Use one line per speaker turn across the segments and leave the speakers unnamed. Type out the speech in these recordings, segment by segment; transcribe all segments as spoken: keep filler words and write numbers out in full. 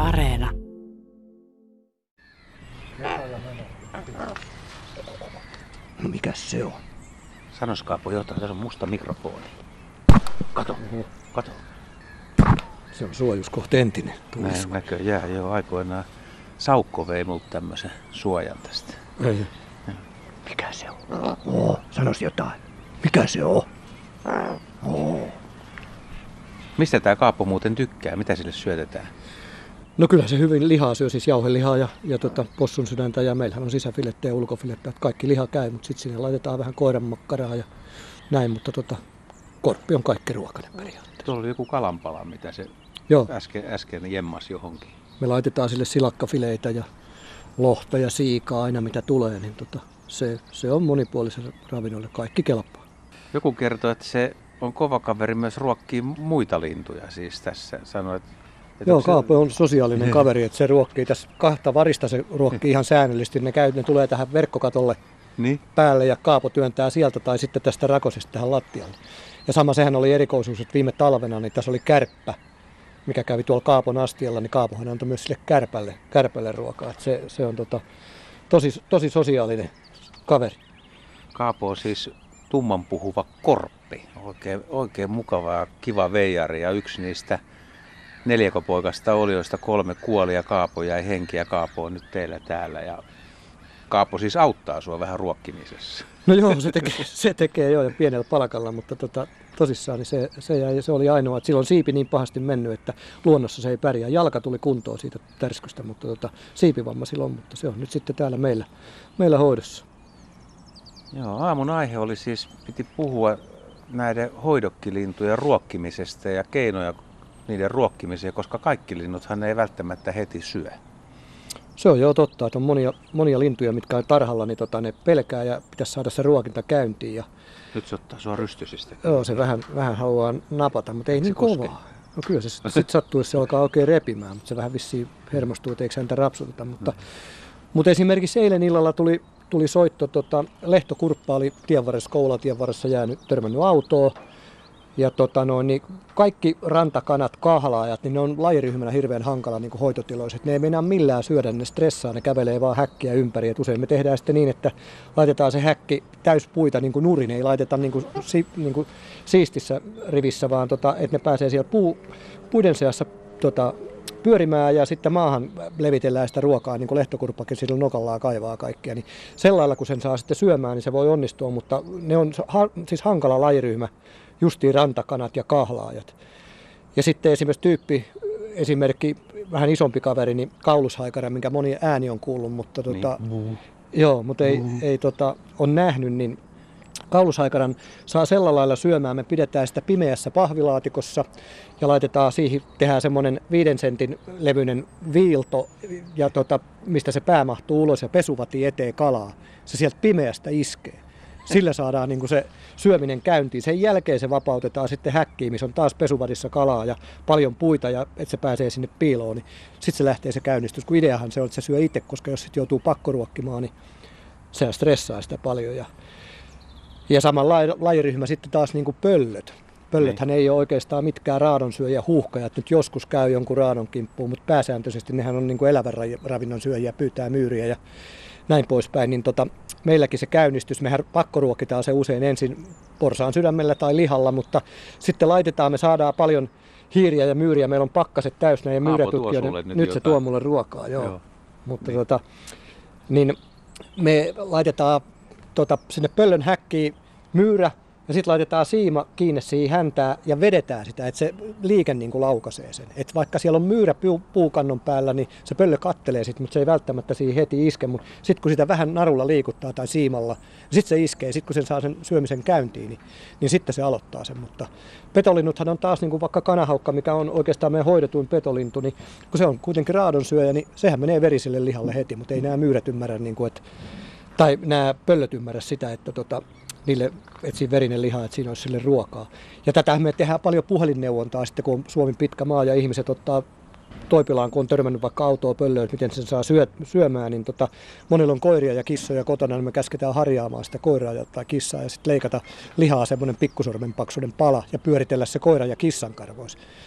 Areena.
No mikäs se on?
Sanoskaapo jotain, tässä on musta mikrofoni. Kato, kato.
Se on suojuskohta entinen.
Näin näköjään jo aikoinaan. Saukko vei multa tämmösen suojan tästä.
Ei. Mikä se on? Oo, sanois jotain. Mikä se on? Oo.
Mistä tää Kaapo muuten tykkää? Mitä sille syötetään?
No kyllä se hyvin lihaa syö, siis jauhelihaa ja, ja tota, possun sydäntä ja meillähän on sisäfilettä ja ulkofilettä, että kaikki liha käy, mutta sitten sinne laitetaan vähän koiranmakkaraa ja näin, mutta tota, korppi on kaikki ruokainen periaatteessa.
Tuolla oli joku kalanpala, mitä se
Joo.
Äsken, äsken jemmasi johonkin.
Me laitetaan sille silakkafileitä ja lohta ja siikaa aina mitä tulee, niin tota, se, se on monipuoliselle ravinnolle kaikki kelpaa.
Joku kertoo, että se on kova kaveri myös ruokkii muita lintuja, siis tässä sanoi, että
Joo,
se...
Kaapo on sosiaalinen kaveri, että se ruokkii tässä kahta varista, se ruokkii ihan säännöllisesti. Ne, käy, ne tulee tähän verkkokatolle
niin?
päälle ja Kaapo työntää sieltä tai sitten tästä rakosesta tähän lattialle. Ja sama sehän oli erikoisuus, että viime talvena niin tässä oli kärppä, mikä kävi tuolla Kaapon astialla, niin Kaapohan antoi myös sille kärpälle, kärpälle ruokaa. Että se, se on tota, tosi, tosi sosiaalinen kaveri.
Kaapo on siis tumman puhuva korppi, oikein, oikein mukava ja kiva veijari ja yksi niistä neljäkopoikasta oli, joista kolme kuoli ja Kaapo jäi henki ja Kaapo on nyt teillä täällä. Ja Kaapo siis auttaa sua vähän ruokkimisessa.
No joo, se tekee, se tekee jo ja pienellä palkalla, mutta tota, tosissaan niin se, se, jäi, se oli ainoa, että silloin siipi niin pahasti mennyt, että luonnossa se ei pärjää. Jalka tuli kuntoon siitä tärskystä, mutta tota, siipivamma silloin, mutta se on nyt sitten täällä meillä, meillä hoidossa.
Joo, aamun aihe oli siis, piti puhua näiden hoidokkilintujen ruokkimisesta ja keinoja niiden ruokkimiseen, koska kaikki linnuthan ei välttämättä heti syö.
Se on joo totta, että on monia, monia lintuja, mitkä on tarhalla, niin tota, ne pelkää ja pitäisi saada se ruokinta käyntiin. Ja
nyt se ottaa sua rystysistä.
Joo, se vähän, vähän haluaa napata, mutta ei niin kovaa. No kyllä se sitten sattuu, jos se alkaa oikein repimään, mutta se vähän vissiin hermostuu, että eikö häntä rapsuteta. Mutta, hmm. mutta esimerkiksi eilen illalla tuli, tuli soitto, tota, lehtokurppa oli tienvarressa, Kouvolan varressa jäänyt, törmännyt autoon. Ja tota noin, niin kaikki rantakanat, kahlaajat, niin ne on lajiryhmänä hirveän hankala niin kuin hoitotiloiset. Ne ei meinaa millään syödä, ne stressaa, ne kävelee vaan häkkiä ympäri. Et usein me tehdään sitten niin, että laitetaan se häkki täyspuita niin kuin nurin, ei laiteta niin kuin, si, niin kuin siistissä rivissä, vaan tota, että ne pääsee siellä puu, puiden seassa tota, pyörimään ja sitten maahan levitellään sitä ruokaa, niin kuin lehtokurppakin sillä nokallaan kaivaa kaikkea. Niin sellailla kun sen saa sitten syömään, niin se voi onnistua, mutta ne on ha, siis hankala lajiryhmä. Justiin rantakanat ja kahlaajat. Ja sitten esimerkiksi tyyppi, esimerkki vähän isompi kaveri, niin kaulushaikara, minkä moni ääni on kuullut, mutta, tota,
niin.
joo, mutta ei, ei tota, on nähnyt, niin kaulushaikaran saa sillä lailla syömään. Me pidetään sitä pimeässä pahvilaatikossa ja laitetaan siihen, tehdään semmoinen viiden sentin levyinen viilto, ja tota, mistä se pää mahtuu ulos ja pesuvati eteen kalaa. Se sieltä pimeästä iskee. Sillä saadaan niin kuin se syöminen käyntiin. Sen jälkeen se vapautetaan sitten häkkiin, missä on taas pesuvadissa kalaa ja paljon puita, ja että se pääsee sinne piiloon. Niin sitten se lähtee se käynnistys, kun ideahan se on, että se syö itse, koska jos sitten joutuu pakkoruokkimaan, niin sehän stressaa sitä paljon. Ja, ja saman lajiryhmä sitten taas niin kuin pöllöt. Pöllöthän ei ole oikeastaan mitkään raadonsyöjiä, huuhkajat. Nyt joskus käy jonkun raadon kimppuun, mutta pääsääntöisesti nehän on niin kuin elävän ravinnon syöjiä, pyytää myyriä ja näin poispäin. Niin tota, meilläkin se käynnistys, mehän pakkoruokitaan se usein ensin porsaan sydämellä tai lihalla, mutta sitten laitetaan, me saadaan paljon hiiriä ja myyriä, meillä on pakkaset täysnä ja myyrätutkijoiden, nyt, nyt se tuo mulle ruokaa, joo. joo. Mutta niin. Tota, niin me laitetaan tota, sinne pöllön häkkiin myyrä ja sitten laitetaan siima kiinni siihen häntään ja vedetään sitä, että se liike niin kuin laukaisee sen. Et vaikka siellä on myyrä puukannon päällä, niin se pöllö kattelee sit, mutta se ei välttämättä siihen heti iske. Mutta sitten kun sitä vähän narulla liikuttaa tai siimalla, niin sitten se iskee. Sitten kun sen saa sen syömisen käyntiin, niin, niin sitten se aloittaa sen. Mutta petolinnuthan on taas niin kuin vaikka kanahaukka, mikä on oikeastaan meidän hoidetuin petolintu, niin kun se on kuitenkin raadonsyöjä, niin sehän menee veriselle lihalle heti, mutta ei nämä myyrät ymmärrä, niin kuin, että, tai nämä pöllöt ymmärrä sitä, että tota, niille etsii verinen liha, että siinä olisi sille ruokaa. Ja tätä me tehdään paljon puhelinneuvontaa sitten, kun on Suomen pitkä maa ja ihmiset ottaa toipilaan, kun on törmännyt vaikka autoa pöllöön, miten sen saa syö, syömään, niin tota, monilla on koiria ja kissoja kotona, niin me käsketään harjaamaan sitä koiraa tai kissaa ja sitten leikata lihaa semmoinen pikkusormen paksuinen pala ja pyöritellä se koiran ja kissan karvoissa.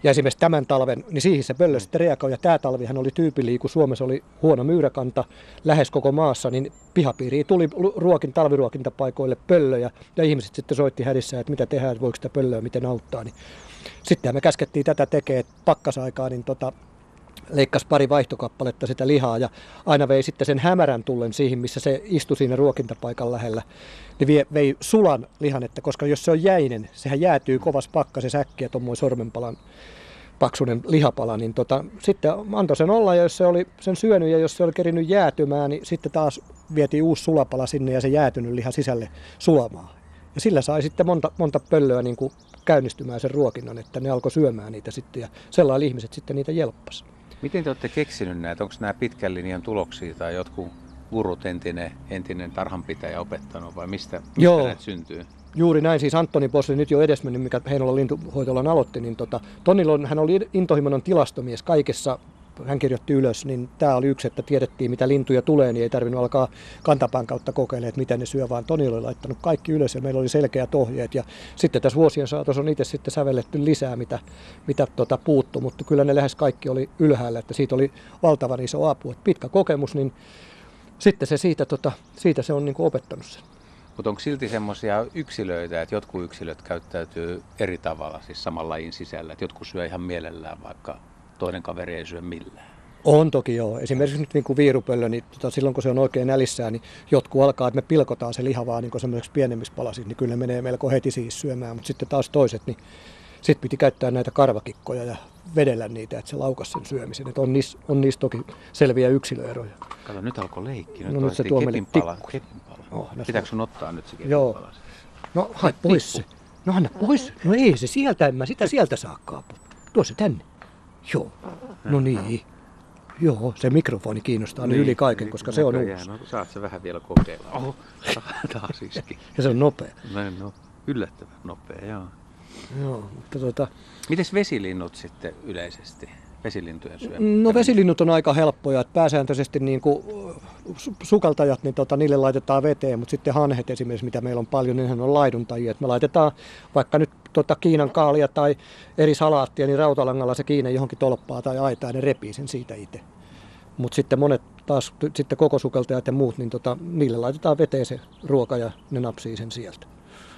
Ja esimerkiksi tämän talven, niin siihen se pöllö sitten reagoi. Ja tämä talvihan oli tyypillinen, kun Suomessa oli huono myyräkanta lähes koko maassa, niin pihapiiriin tuli ruokin, talviruokintapaikoille pöllöjä. Ja ihmiset sitten soitti hädissä, että mitä tehdään, voiko sitä pöllöä miten auttaa. Niin sitten me käskettiin tätä tekemään pakkasaikaa, niin tota, leikkasi pari vaihtokappaletta sitä lihaa ja aina vei sitten sen hämärän tullen siihen, missä se istui siinä ruokintapaikan lähellä. Niin vie, vei sulan lihan, että koska jos se on jäinen, sehän jäätyy kovassa pakkasessa äkkiä tuommoinen sormenpalan paksunen lihapala, niin tota, sitten antoi sen olla ja jos se oli sen syönyt ja jos se oli kerinyt jäätymään, niin sitten taas vietiin uusi sulapala sinne ja se jäätynyt liha sisälle sulamaan. Ja sillä sai sitten monta, monta pöllöä niin kuin käynnistymään sen ruokinnan, että ne alkoi syömään niitä sitten ja sellainen ihmiset sitten niitä jelppasi.
Miten te olette keksinyt näitä? Onko nämä pitkän linjan tuloksia tai jotkut gurut, entinen, entinen tarhanpitäjä opettanut vai mistä, mistä
Joo.
näitä syntyy?
Juuri näin, siis Antoni Posli nyt jo edesmennyt, mikä Heinolan lintuhoitolan aloitti, niin tota, Tonilla hän oli intohimoinen tilastomies kaikessa, hän kirjoitti ylös, niin tämä oli yksi, että tiedettiin mitä lintuja tulee, niin ei tarvinnut alkaa kantapään kautta kokeilemaan, että mitä ne syö, vaan Toni oli laittanut kaikki ylös ja meillä oli selkeät ohjeet. Ja sitten tässä vuosien saatossa on itse sitten sävelletty lisää, mitä, mitä tota puuttu, mutta kyllä ne lähes kaikki oli ylhäällä, että siitä oli valtavan iso apu. Että pitkä kokemus, niin sitten se siitä, tota, siitä se on niin kuin opettanut sen.
Mutta onko silti semmoisia yksilöitä, että jotkut yksilöt käyttäytyy eri tavalla, siis saman lajin sisällä, että jotkut syö ihan mielellään, vaikka toinen kaveri ei syö millään?
On toki joo. Esimerkiksi nyt niin kuin viirupöllö, niin tota, silloin kun se on oikein nälissään, niin jotkut alkaa, että me pilkotaan se liha vaan niin semmoiseksi pienemmissä palasissa, niin kyllä ne menee melko heti siis syömään, mutta sitten taas toiset, niin sitten piti käyttää näitä karvakikkoja ja vedellä niitä, että se laukas sen syömisen. Että on niissä on niissä toki selviä yksilöeroja.
Kato, nyt alkoi leikki. Nyt,
no, nyt se tuo meille
kepinpala.
tikku.
kepinpala.
Oh,
Pitääkö sun ottaa nyt se kepinpala?
Joo. No hai pois se. No anna pois. No ei se sieltä, en mä sitä sieltä saa kaapua. Tuo se tänne. Joo. No niin. Joo, se mikrofoni kiinnostaa niin, yli kaiken, koska se on uusi.
No, saat se vähän vielä kokeilla. Oho, taas iski.
Ja se on nopea.
No, no, yllättävän nopea, joo.
Joo, mutta tota...
Mites vesilinnut sitten yleisesti? Vesilintujen syöminen?
No vesilinnut on aika helppoja, että pääsääntöisesti niin kuin sukeltajat, niin tota, niille laitetaan veteen, mutta sitten hanhet esimerkiksi, mitä meillä on paljon, niin on laiduntajia. Että me laitetaan vaikka nyt tota Kiinan kaalia tai eri salaattia, niin rautalangalla se kiinni johonkin tolppaa tai aitaa, ja ne repii sen siitä itse. Mutta sitten monet taas, sitten koko sukeltajat ja muut, niin tota, niille laitetaan veteen se ruoka ja ne napsii sen sieltä.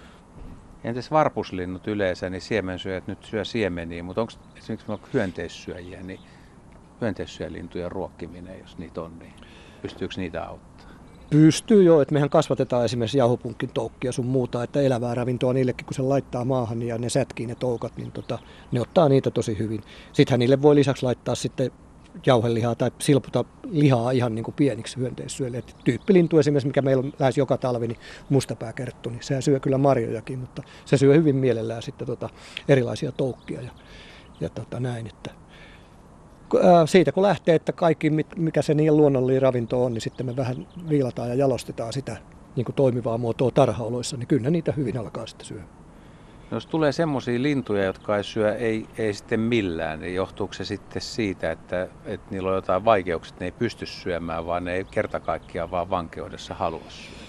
Entäs varpuslinnut yleensä, niin siemensyöjät nyt syö siemeniä, mutta onko esimerkiksi hyönteissyöjiä, niin hyönteissyöjälintujen ruokkiminen, jos niitä on, niin pystyykö niitä auttaa?
Pystyy jo, että mehän kasvatetaan esimerkiksi jauhopunkin toukkia sun muuta, että elävää ravintoa niillekin, kun se laittaa maahan ja ne sätkii ne toukat, niin tota, ne ottaa niitä tosi hyvin. Sittenhän niille voi lisäksi laittaa sitten jauhelihaa tai silputa lihaa ihan niin kuin pieniksi hyönteissyöjille. Tyyppilintu esimerkiksi, mikä meillä on lähes joka talvi, niin mustapääkerttu, niin sehän syö kyllä marjojakin, mutta se syö hyvin mielellään sitten tota erilaisia toukkia ja, ja tota näin. Että, ää, siitä kun lähtee, että kaikki mikä se niin luonnollinen ravinto on, niin sitten me vähän viilataan ja jalostetaan sitä niin kuin toimivaa muotoa tarhaoloissa, niin kyllä niitä hyvin alkaa sitten syödä.
No, jos tulee semmoisia lintuja, jotka ei syö ei, ei sitten millään, niin johtuuko se sitten siitä, että, että niillä on jotain vaikeuksia, että ne ei pysty syömään, vaan ne ei kerta kaikkiaan vaan vankeudessa halua syödä?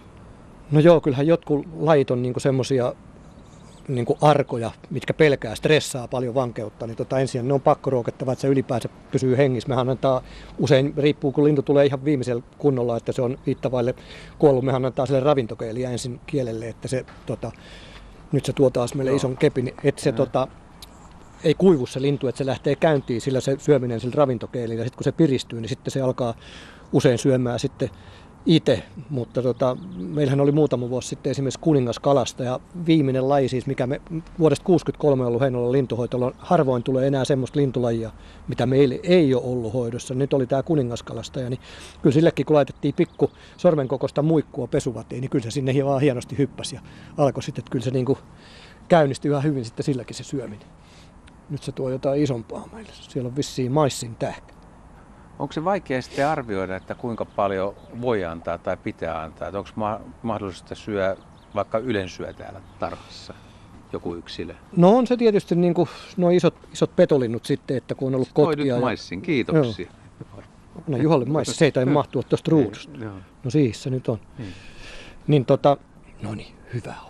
No joo, kyllähän jotkut lajit on niinku semmoisia niinku arkoja, mitkä pelkää, stressaa paljon vankeutta, niin tota ensin ne on pakkoruokettava, että se ylipäänsä pysyy hengissä. Mehän annetaan, usein riippuu kun lintu tulee ihan viimeisellä kunnolla, että se on viittavaille kuollut, mehän annetaan sille ravintokeeliä ensin kielelle, että se tota, nyt se tuo taas meille Joo. ison kepin, että se tota, ei kuivu se lintu, että se lähtee käyntiin sillä se syöminen sillä ravintokeelillä. Ja sitten kun se piristyy, niin sitten se alkaa usein syömään sitten itse. Mutta tota, meillähän oli muutama vuosi sitten esimerkiksi kuningaskalasta ja viimeinen laji siis, mikä me vuodesta kuusikymmentäkolme on ollut Heinolan lintuhoitolla. Harvoin tulee enää semmoista lintulajia, mitä meille ei ole ollut hoidossa. Nyt oli tämä kuningaskalastaja, niin kyllä sillekin kun laitettiin pikku sormenkokoista muikkua pesuvatiin, niin kyllä se sinne vaan hienosti hyppäsi ja alkoi sitten, että kyllä se niin kuin käynnistyi ihan hyvin sitten silläkin se syöminen. Nyt se tuo jotain isompaa meille. Siellä on vissiin maissin tähkä.
Onko se vaikea sitten arvioida, että kuinka paljon voi antaa tai pitää antaa? Että onko ma- mahdollista syödä vaikka ylensyö täällä tarhassa joku yksilö?
No on se tietysti niin kuin nuo isot, isot petolinnut sitten, että kun on ollut
Toi
kotkia.
nyt maissin, kiitoksia.
No Juhalle maissi, se ei tai mahtua tuosta ruudusta. No siihen se nyt on. Niin, niin tota, no niin, hyvä on.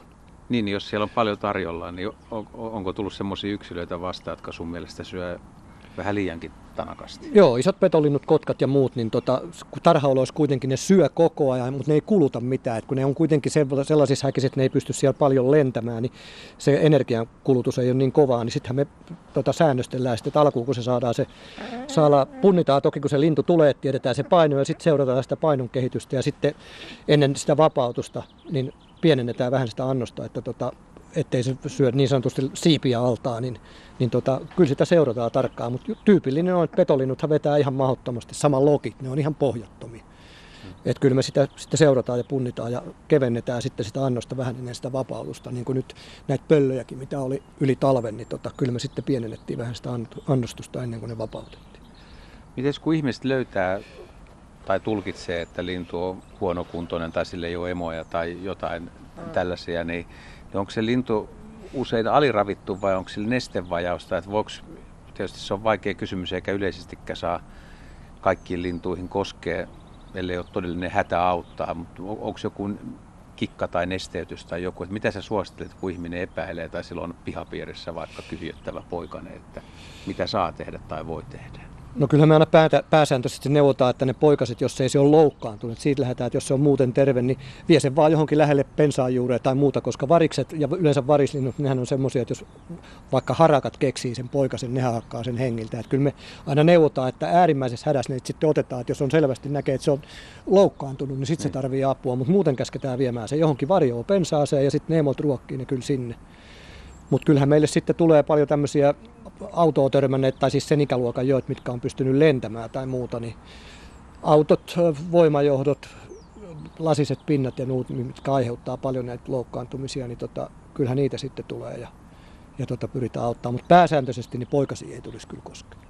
Niin, jos siellä on paljon tarjolla, niin on, onko tullut semmoisia yksilöitä vastaan, jotka sun mielestä syö vähän liiankin tanakasti?
Joo, isot petolinnut, kotkat ja muut, niin tota, kun tarhaoloissa kuitenkin ne syö koko ajan, mutta ne ei kuluta mitään. Et kun ne on kuitenkin sellaisissa häkissä, että ne ei pysty siellä paljon lentämään, niin se energian kulutus ei ole niin kovaa, niin sittenhän me tota, säännöstellään sitten, että alkuun kun se saadaan se, saadaan, punnitaan toki kun se lintu tulee, että tiedetään se paino ja sitten seurataan sitä painon kehitystä ja sitten ennen sitä vapautusta, niin pienennetään vähän sitä annosta, että tota, ettei se syö niin sanotusti siipiä altaan, niin, niin tota, kyllä sitä seurataan tarkkaan. Mutta tyypillinen on, että petolinnuthan vetää ihan mahdottomasti, sama lokit, ne on ihan pohjattomia. Hmm. Että kyllä me sitä, sitä seurataan ja punnitaan ja kevennetään sitten sitä annosta vähän ennen sitä vapautusta. Niin kuin nyt näitä pöllöjäkin, mitä oli yli talven, niin tota, kyllä me sitten pienennettiin vähän sitä annostusta ennen kuin ne vapautettiin.
Mites kun ihmiset löytää tai tulkitsee, että lintu on huonokuntoinen tai sille ei ole emoja tai jotain hmm. tällaisia, niin onko se lintu usein aliravittu vai onko sillä nestevajausta? Että voiko, tietysti se on vaikea kysymys eikä yleisestikään saa kaikkiin lintuihin koskea, ellei ole todellinen hätä auttaa. Mutta onko joku kikka tai nesteytys tai joku, että mitä sä suosittelet, kun ihminen epäilee tai sillä on pihapiirissä vaikka kyhjöttävä poikainen, että mitä saa tehdä tai voi tehdä?
No kyllähän me aina päätä, pääsääntöisesti neuvotaan, että ne poikaset, jos ei se ole loukkaantunut, siitä lähdetään, että jos se on muuten terve, niin vie sen vaan johonkin lähelle pensaanjuureen tai muuta, koska varikset ja yleensä varislinnut, nehän on semmoisia, että jos vaikka harakat keksii sen poikasen, nehän hakkaa sen hengiltä. Että kyllä me aina neuvotaan, että äärimmäisessä hädässä ne sitten otetaan, että jos on selvästi näkee, että se on loukkaantunut, niin sitten se tarvitsee apua, mutta muuten käsketään viemään se johonkin varjoon pensaaseen ja sitten neemot ruokkii ne kyllä sinne. Mutta kyllähän meille sitten tulee paljon tämmöisiä autoa törmänneet, tai siis sen ikäluokan joit, mitkä on pystynyt lentämään tai muuta, niin autot, voimajohdot, lasiset pinnat ja muut, mitkä aiheuttaa paljon näitä loukkaantumisia, niin tota, kyllähän niitä sitten tulee ja, ja tota, pyritään auttamaan. Mutta pääsääntöisesti niin poikasia ei tulisi kyllä koskaan.